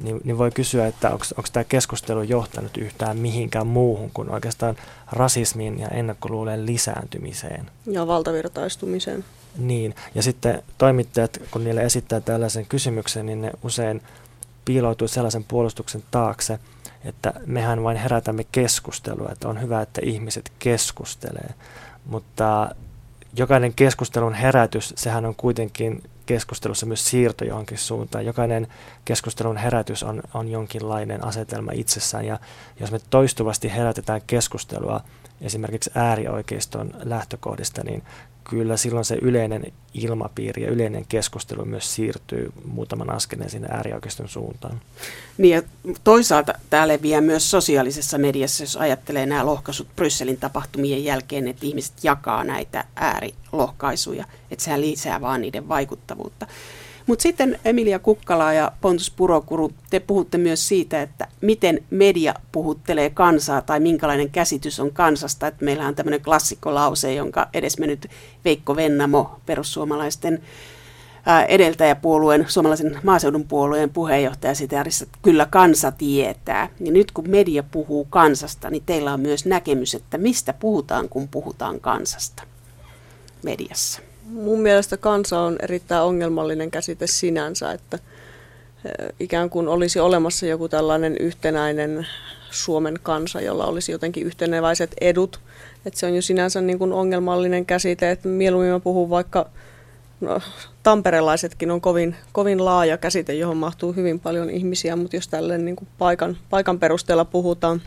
niin, niin voi kysyä, että onko tämä keskustelu johtanut yhtään mihinkään muuhun kuin oikeastaan rasismin ja ennakkoluulen lisääntymiseen. Ja valtavirtaistumiseen. Niin, ja sitten toimittajat, kun niille esittää tällaisen kysymyksen, niin ne usein piiloutuu sellaisen puolustuksen taakse, että mehän vain herätämme keskustelua, että on hyvä, että ihmiset keskustelee, mutta jokainen keskustelun herätys, sehän on kuitenkin keskustelussa myös siirto johonkin suuntaan. Jokainen keskustelun herätys on, on jonkinlainen asetelma itsessään, ja jos me toistuvasti herätetään keskustelua esimerkiksi äärioikeiston lähtökohdista, niin kyllä silloin se yleinen ilmapiiri ja yleinen keskustelu myös siirtyy muutaman askeleen sinne äärioikeiston suuntaan. Niin ja toisaalta tämä leviää myös sosiaalisessa mediassa, jos ajattelee nämä lohkaisut Brysselin tapahtumien jälkeen, että ihmiset jakaa näitä äärilohkaisuja, että sehän lisää vaan niiden vaikuttavuutta. Mutta sitten Emilia Kukkala ja Pontus Purokuru, te puhutte myös siitä, että miten media puhuttelee kansaa tai minkälainen käsitys on kansasta. Että meillä on tämmöinen klassikkolause, jonka edesmennyt Veikko Vennamo, perussuomalaisten edeltäjäpuolueen, suomalaisen maaseudun puolueen puheenjohtaja siteerissa, että kyllä kansa tietää. Ja nyt kun media puhuu kansasta, niin teillä on myös näkemys, että mistä puhutaan, kun puhutaan kansasta mediassa. Mun mielestä kansa on erittäin ongelmallinen käsite sinänsä, että ikään kuin olisi olemassa joku tällainen yhtenäinen Suomen kansa, jolla olisi jotenkin yhteneväiset edut. Että se on jo sinänsä niin kuin ongelmallinen käsite, että mieluummin mä puhun vaikka, no, tamperelaisetkin on kovin, kovin laaja käsite, johon mahtuu hyvin paljon ihmisiä, mutta jos tälleen niin kuin paikan, paikan perusteella puhutaan,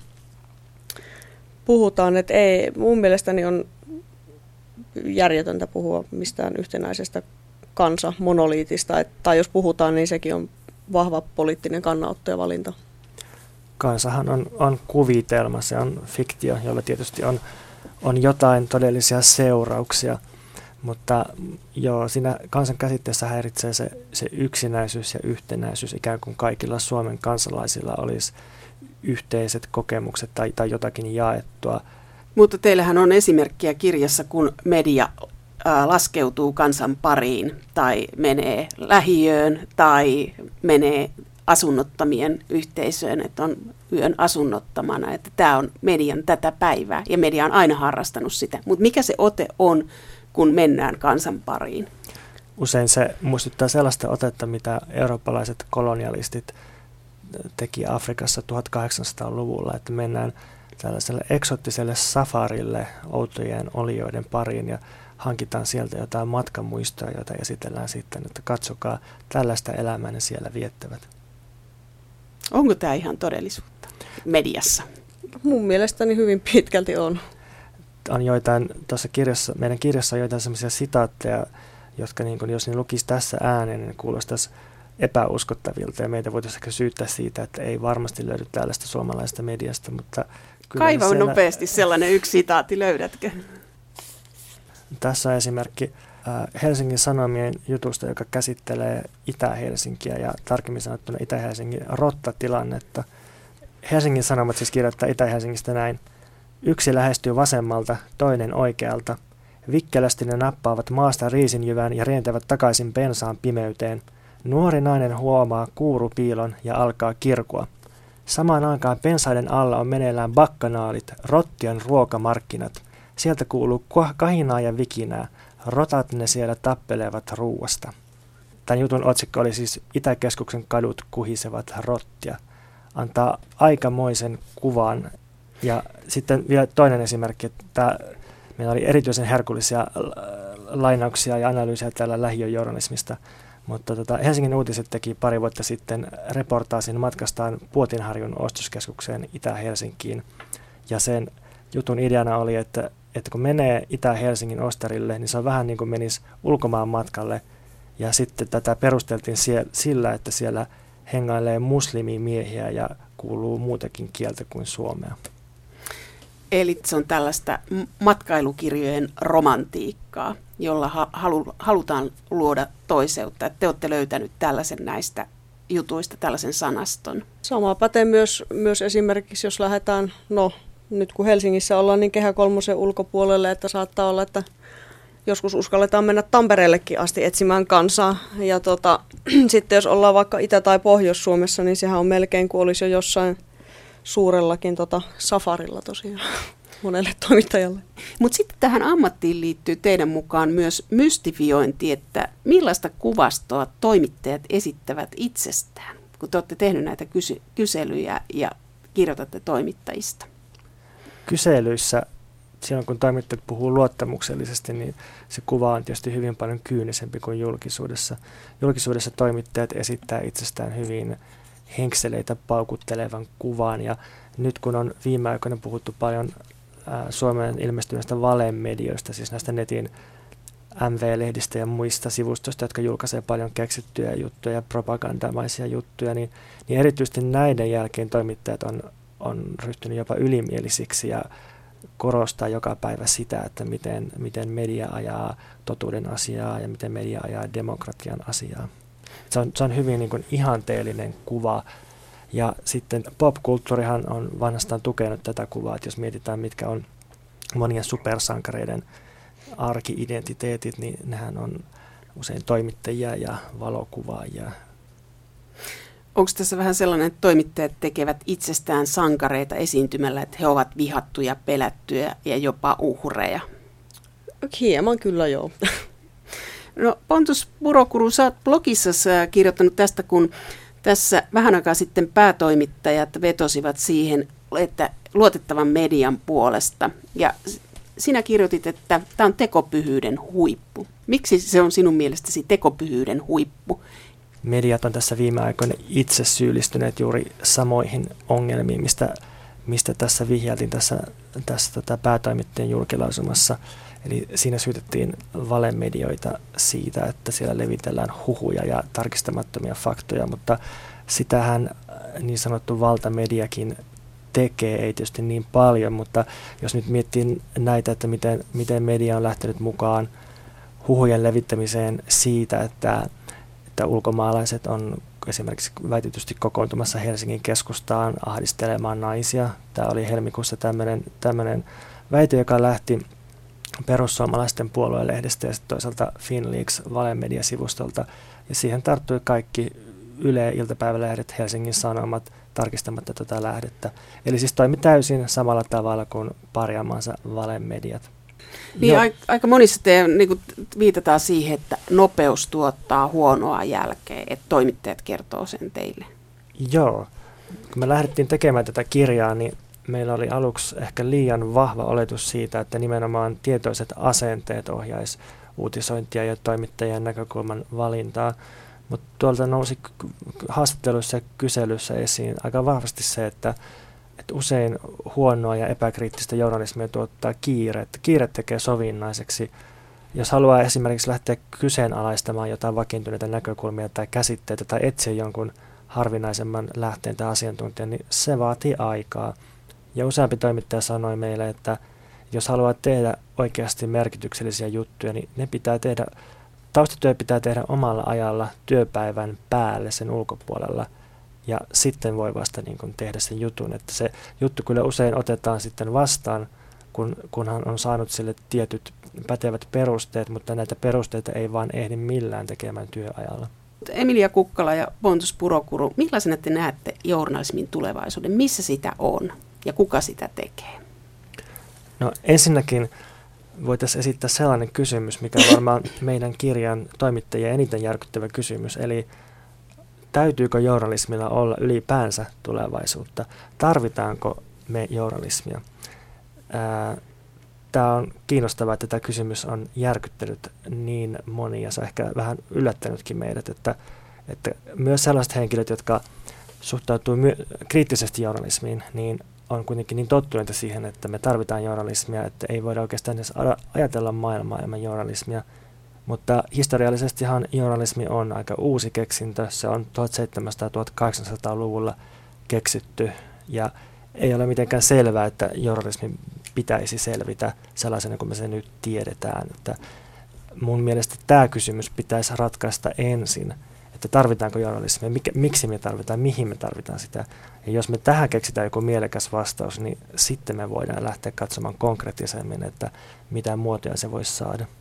puhutaan, että ei, mun mielestäni on järjetöntä puhua mistään yhtenäisestä kansamonoliitista, että, tai jos puhutaan, niin sekin on vahva poliittinen kannanotto ja valinta. Kansahan on, on kuvitelma, se on fiktio, jolla tietysti on, on jotain todellisia seurauksia, mutta joo, siinä kansan käsitteessä häiritsee se, se yksinäisyys ja yhtenäisyys, ikään kuin kaikilla Suomen kansalaisilla olisi yhteiset kokemukset tai, tai jotakin jaettua. Mutta teillähän on esimerkkiä kirjassa, kun media ää, laskeutuu kansan pariin tai menee lähiöön tai menee asunnottomien yhteisöön, että on yön asunnottomana, että tämä on median tätä päivää ja media on aina harrastanut sitä. Mutta mikä se ote on, kun mennään kansan pariin? Usein se muistuttaa sellaista otetta, mitä eurooppalaiset kolonialistit teki Afrikassa tuhatkahdeksansataaluvulla, että mennään tällaiselle eksottiselle safarille outojen olioiden pariin ja hankitaan sieltä jotain matkamuistoja, joita esitellään sitten, että katsokaa, tällaista elämää ne siellä viettävät. Onko tämä ihan todellisuutta mediassa? Mun mielestäni hyvin pitkälti on. On joitain, tuossa kirjassa, meidän kirjassa on joitain sellaisia sitaatteja, jotka niin kun, jos ne lukisi tässä ääneen, niin ne kuulostaisi epäuskottavilta ja meitä voitaisiin ehkä syyttää siitä, että ei varmasti löydy tällaista suomalaisesta mediasta, mutta kaiva siellä nopeasti sellainen yksi sitaatti, löydätkö? Tässä on esimerkki äh, Helsingin Sanomien jutusta, joka käsittelee Itä-Helsinkiä ja tarkemmin sanottuna Itä-Helsingin rottatilannetta. Helsingin Sanomat siis kirjoittaa Itä-Helsingistä näin. Yksi lähestyy vasemmalta, toinen oikealta. Vikkelästi ne nappaavat maasta riisinjyvän ja rientävät takaisin pensaan pimeyteen. Nuori nainen huomaa kuurupiilon ja alkaa kirkua. Samaan aikaan pensaiden alla on meneillään bakkanaalit, rottien ruokamarkkinat. Sieltä kuuluu kahinaa ja vikinää. Rotat ne siellä tappelevat ruuasta. Tämän jutun otsikko oli siis Itäkeskuksen kadut kuhisevat rottia. Antaa aikamoisen kuvan. Ja sitten vielä toinen esimerkki, että tämä, meillä oli erityisen herkullisia lainauksia ja analyysiä täällä lähiöjournalismista. Mutta tota, Helsingin Uutiset teki pari vuotta sitten reportaasin matkastaan Puotinharjun ostoskeskukseen Itä-Helsinkiin. Ja sen jutun ideana oli, että, että kun menee Itä-Helsingin ostarille, niin se on vähän niin kuin menisi ulkomaan matkalle. Ja sitten tätä perusteltiin sie- sillä, että siellä hengailee muslimimiehiä ja kuuluu muutakin kieltä kuin suomea. Eli se on tällaista matkailukirjojen romantiikkaa, jolla halu, halutaan luoda toiseutta. Että te olette löytänyt tällaisen näistä jutuista, tällaisen sanaston. Sama pätee myös, myös esimerkiksi, jos lähdetään, no nyt kun Helsingissä ollaan, niin Kehä Kolmosen ulkopuolelle, että saattaa olla, että joskus uskalletaan mennä Tampereellekin asti etsimään kansaa. Ja tota, sitten jos ollaan vaikka Itä- tai Pohjois-Suomessa, niin sehän on melkein kuin olisi jo jossain suurellakin tota, safarilla tosiaan monelle toimittajalle. Mutta sitten tähän ammattiin liittyy teidän mukaan myös mystifiointi, että millaista kuvastoa toimittajat esittävät itsestään, kun te olette tehneet näitä kysy- kyselyjä ja kirjoitatte toimittajista. Kyselyissä, silloin kun toimittajat puhuu luottamuksellisesti, niin se kuva on tietysti hyvin paljon kyynisempi kuin julkisuudessa. Julkisuudessa toimittajat esittää itsestään hyvin henkseleitä paukuttelevan kuvan, ja nyt kun on viime aikoina puhuttu paljon ää, Suomeen ilmestyneistä valemedioista, siis näistä netin M V-lehdistä ja muista sivustoista, jotka julkaisee paljon keksittyjä juttuja ja propagandamaisia juttuja, niin, niin erityisesti näiden jälkeen toimittajat on, on ryhtynyt jopa ylimielisiksi ja korostaa joka päivä sitä, että miten, miten media ajaa totuuden asiaa ja miten media ajaa demokratian asiaa. Se on, se on hyvin niin kuin ihanteellinen kuva. Ja sitten popkulttuurihan on vanhastaan tukenut tätä kuvaa, että jos mietitään, mitkä on monien supersankareiden arki-identiteetit, niin nehän on usein toimittajia ja valokuvaajia. Onko tässä vähän sellainen, että toimittajat tekevät itsestään sankareita esiintymällä, että he ovat vihattuja, pelättyjä ja jopa uhreja? Hieman kyllä joo. No Pontus Purokuru, sä oot blogissa kirjoittanut tästä, kun tässä vähän aikaa sitten päätoimittajat vetosivat siihen, että luotettavan median puolesta. Ja sinä kirjoitit, että tämä on tekopyhyyden huippu. Miksi se on sinun mielestäsi tekopyhyyden huippu? Mediat on tässä viime aikoina itse syyllistyneet juuri samoihin ongelmiin, mistä, mistä tässä vihjailtiin tässä, tässä tota päätoimittajien julkilausumassa. Eli siinä syytettiin valemedioita siitä, että siellä levitellään huhuja ja tarkistamattomia faktoja, mutta sitähän niin sanottu valtamediakin tekee, ei tietysti niin paljon, mutta jos nyt miettii näitä, että miten, miten media on lähtenyt mukaan huhujen levittämiseen siitä, että, että ulkomaalaiset on esimerkiksi väitetysti kokoontumassa Helsingin keskustaan ahdistelemaan naisia. Tämä oli helmikuussa tämmöinen, tämmöinen väite, joka lähti perussuomalaisten puoluelehdestä ja sitten toisaalta Finleaks valemediasivustolta. Ja siihen tarttui kaikki Yle iltapäivälehdet, Helsingin Sanomat, tarkistamatta tätä lähdettä. Eli siis toimi täysin samalla tavalla kuin parjaamansa valemediat. Niin, a- aika monissa te niin kuin viitataan siihen, että nopeus tuottaa huonoa jälkeä, että toimittajat kertoo sen teille. Joo. Kun me lähdettiin tekemään tätä kirjaa, niin meillä oli aluksi ehkä liian vahva oletus siitä, että nimenomaan tietoiset asenteet ohjaisi uutisointia ja toimittajien näkökulman valintaa. Mutta tuolta nousi haastatteluissa ja kyselyssä esiin aika vahvasti se, että, että usein huonoa ja epäkriittistä journalismia tuottaa kiire. Että kiire tekee sovinnaiseksi. Jos haluaa esimerkiksi lähteä kyseenalaistamaan jotain vakiintuneita näkökulmia tai käsitteitä tai etsiä jonkun harvinaisemman lähteen tai asiantuntijan, niin se vaatii aikaa. Ja useampi toimittaja sanoi meille, että jos haluaa tehdä oikeasti merkityksellisiä juttuja, niin ne pitää tehdä, taustatyö pitää tehdä omalla ajalla työpäivän päälle sen ulkopuolella. Ja sitten voi vasta niin kuin tehdä sen jutun. Että se juttu kyllä usein otetaan sitten vastaan, kun, kunhan on saanut sille tietyt pätevät perusteet, mutta näitä perusteita ei vaan ehdi millään tekemään työajalla. Emilia Kukkala ja Pontus Purokuru, millaisena te näette journalismin tulevaisuuden? Missä sitä on ja kuka sitä tekee? No ensinnäkin voitaisiin esittää sellainen kysymys, mikä on varmaan meidän kirjan toimittajia eniten järkyttävä kysymys, eli täytyykö journalismilla olla ylipäänsä tulevaisuutta? Tarvitaanko me journalismia? Tämä on kiinnostavaa, että tämä kysymys on järkyttänyt niin monia, se on ehkä vähän yllättänytkin meidät, että, että myös sellaiset henkilöt, jotka suhtautuu my- kriittisesti journalismiin, niin on kuitenkin niin tottuneita siihen, että me tarvitaan journalismia, että ei voida oikeastaan edes ajatella maailmaa ilman journalismia. Mutta historiallisestihan journalismi on aika uusi keksintö. Se on tuhatseitsemänsataatuhatkahdeksansataaluvulla keksitty ja ei ole mitenkään selvää, että journalismin pitäisi selvitä sellaisena kuin me se nyt tiedetään. Että mun mielestä tämä kysymys pitäisi ratkaista ensin, että tarvitaanko journalismia, mikä, miksi me tarvitaan, mihin me tarvitaan sitä. Ja jos me tähän keksitään joku mielekäs vastaus, niin sitten me voidaan lähteä katsomaan konkreettisemmin, että mitä muotoja se voisi saada.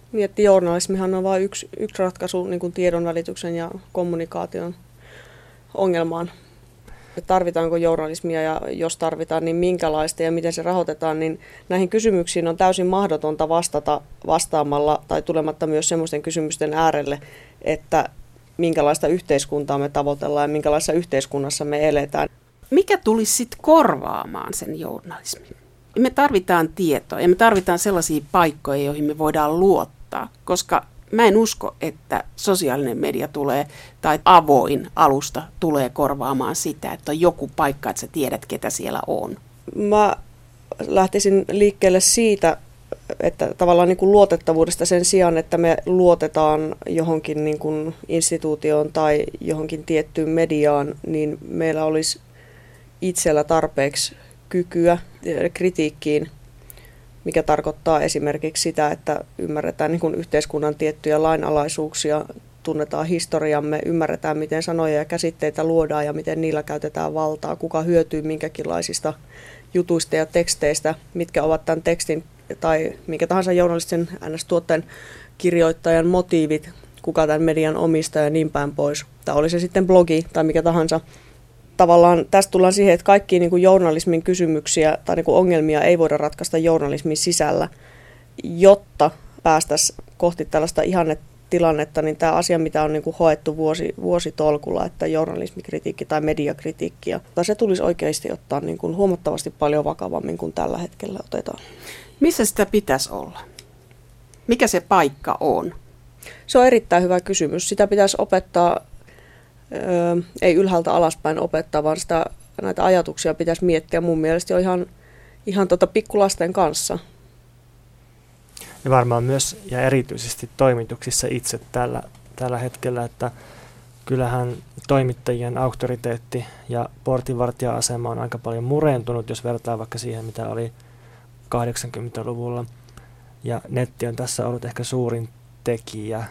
Mietti, journalismihan on vain yksi, yksi ratkaisu niin kuin tiedon välityksen ja kommunikaation ongelmaan. Tarvitaanko journalismia ja jos tarvitaan, niin minkälaista ja miten se rahoitetaan, niin näihin kysymyksiin on täysin mahdotonta vastata vastaamalla tai tulematta myös semmoisten kysymysten äärelle, että minkälaista yhteiskuntaa me tavoitellaan ja minkälaisessa yhteiskunnassa me eletään. Mikä tulisi sitten korvaamaan sen journalismin? Me tarvitaan tietoa ja me tarvitaan sellaisia paikkoja, joihin me voidaan luottaa, koska mä en usko, että sosiaalinen media tulee tai avoin alusta tulee korvaamaan sitä, että on joku paikka, että sä tiedät, ketä siellä on. Mä lähtisin liikkeelle siitä, että tavallaan niin kuin luotettavuudesta sen sijaan, että me luotetaan johonkin niin kuin instituutioon tai johonkin tiettyyn mediaan, niin meillä olisi itsellä tarpeeksi kykyä kritiikkiin, mikä tarkoittaa esimerkiksi sitä, että ymmärretään niin kuin yhteiskunnan tiettyjä lainalaisuuksia, tunnetaan historiamme, ymmärretään, miten sanoja ja käsitteitä luodaan ja miten niillä käytetään valtaa, kuka hyötyy minkäkinlaisista jutuista ja teksteistä, mitkä ovat tämän tekstin tai minkä tahansa journalistisen N S-tuotteen kirjoittajan motiivit, kuka tämän median omistaa ja niin päin pois. Tai oli se sitten blogi tai mikä tahansa. Tavallaan tästä tullaan siihen, että kaikkia niin kuin journalismin kysymyksiä tai niin kuin ongelmia ei voida ratkaista journalismin sisällä, jotta päästäisiin kohti tällaista ihannetilannetta, niin tämä asia, mitä on niin kuin hoettu vuosi, vuositolkulla, että journalismikritiikki tai mediakritiikki, tai se tulisi oikeasti ottaa niin kuin huomattavasti paljon vakavammin kuin tällä hetkellä otetaan. Missä sitä pitäisi olla? Mikä se paikka on? Se on erittäin hyvä kysymys. Sitä pitäisi opettaa, öö, ei ylhäältä alaspäin opettaa, vaan sitä, näitä ajatuksia pitäisi miettiä mun mielestä jo ihan, ihan tota pikkulasten kanssa. Ja varmaan myös ja erityisesti toimituksissa itse tällä, tällä hetkellä, että kyllähän toimittajien auktoriteetti ja portinvartija-asema on aika paljon murentunut, jos vertaa vaikka siihen, mitä oli kahdeksankymmentäluvulla. Ja netti on tässä ollut ehkä suurin tekijä,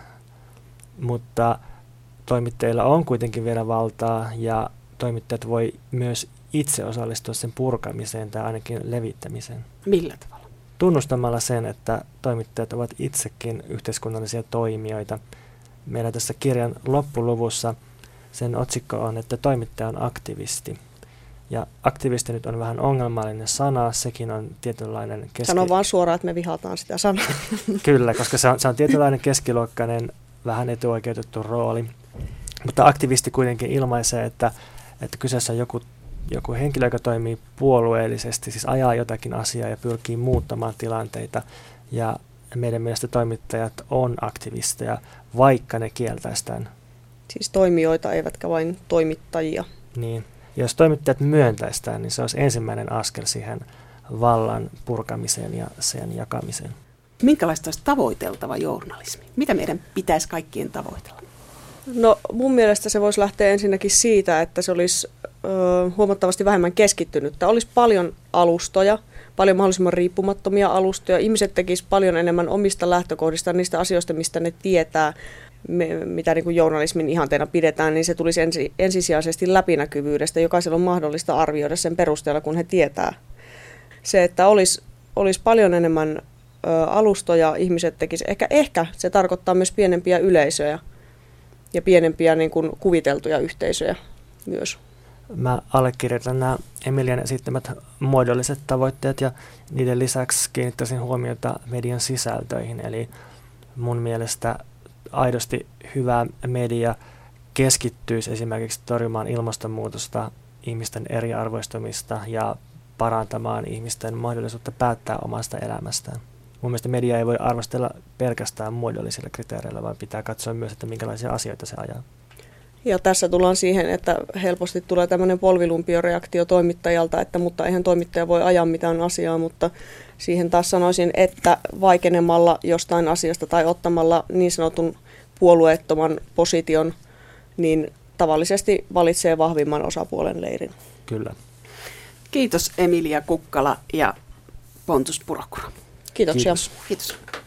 mutta toimittajilla on kuitenkin vielä valtaa ja toimittajat voi myös itse osallistua sen purkamiseen tai ainakin levittämiseen. Millä tavalla? Tunnustamalla sen, että toimittajat ovat itsekin yhteiskunnallisia toimijoita. Meillä tässä kirjan loppuluvussa sen otsikko on, että toimittaja on aktivisti. Ja aktivisti nyt on vähän ongelmallinen sana, sekin on tietynlainen keski... Sano vaan suoraan, että me vihataan sitä sanaa. Kyllä, koska se on, se on tietynlainen keskiluokkainen, vähän etuoikeutettu rooli. Mutta aktivisti kuitenkin ilmaisee, että, että kyseessä on joku, joku henkilö, joka toimii puolueellisesti, siis ajaa jotakin asiaa ja pyrkii muuttamaan tilanteita. Ja meidän mielestä toimittajat on aktivisteja, vaikka ne kieltäistään. Siis toimijoita, eivätkä vain toimittajia. Niin. Jos toimittajat myöntäistään, niin se olisi ensimmäinen askel siihen vallan purkamiseen ja sen jakamiseen. Minkälaista olisi tavoiteltava journalismi? Mitä meidän pitäisi kaikkien tavoitella? No mun mielestä se voisi lähteä ensinnäkin siitä, että se olisi ö, huomattavasti vähemmän keskittynyttä. Olisi paljon alustoja, paljon mahdollisimman riippumattomia alustoja. Ihmiset tekisivät paljon enemmän omista lähtökohdista, niistä asioista, mistä ne tietää, me, mitä niin kuin journalismin ihanteena pidetään, niin se tulisi ensi, ensisijaisesti läpinäkyvyydestä. Jokaisella on mahdollista arvioida sen perusteella, kun he tietää. Se, että olisi, olisi paljon enemmän ö, alustoja, ihmiset tekisivät, ehkä, ehkä se tarkoittaa myös pienempiä yleisöjä ja pienempiä niin kuin kuviteltuja yhteisöjä myös. Mä allekirjoitan nämä Emilian esittämät muodolliset tavoitteet ja niiden lisäksi kiinnittäisin huomiota median sisältöihin. Eli mun mielestä aidosti hyvä media keskittyisi esimerkiksi torjumaan ilmastonmuutosta, ihmisten eriarvoistumista ja parantamaan ihmisten mahdollisuutta päättää omasta elämästään. Mun mielestä media ei voi arvostella pelkästään muodollisilla kriteereillä, vaan pitää katsoa myös, että minkälaisia asioita se ajaa. Ja tässä tullaan siihen, että helposti tulee tämmöinen polvilumpioreaktio toimittajalta, että mutta eihän toimittaja voi ajaa mitään asiaa, mutta siihen taas sanoisin, että vaikenemalla jostain asiasta tai ottamalla niin sanotun puolueettoman position, niin tavallisesti valitsee vahvimman osapuolen leirin. Kyllä. Kiitos Emilia Kukkala ja Pontus Purokuro. Kiitoksia. Kiitos. Kiitos.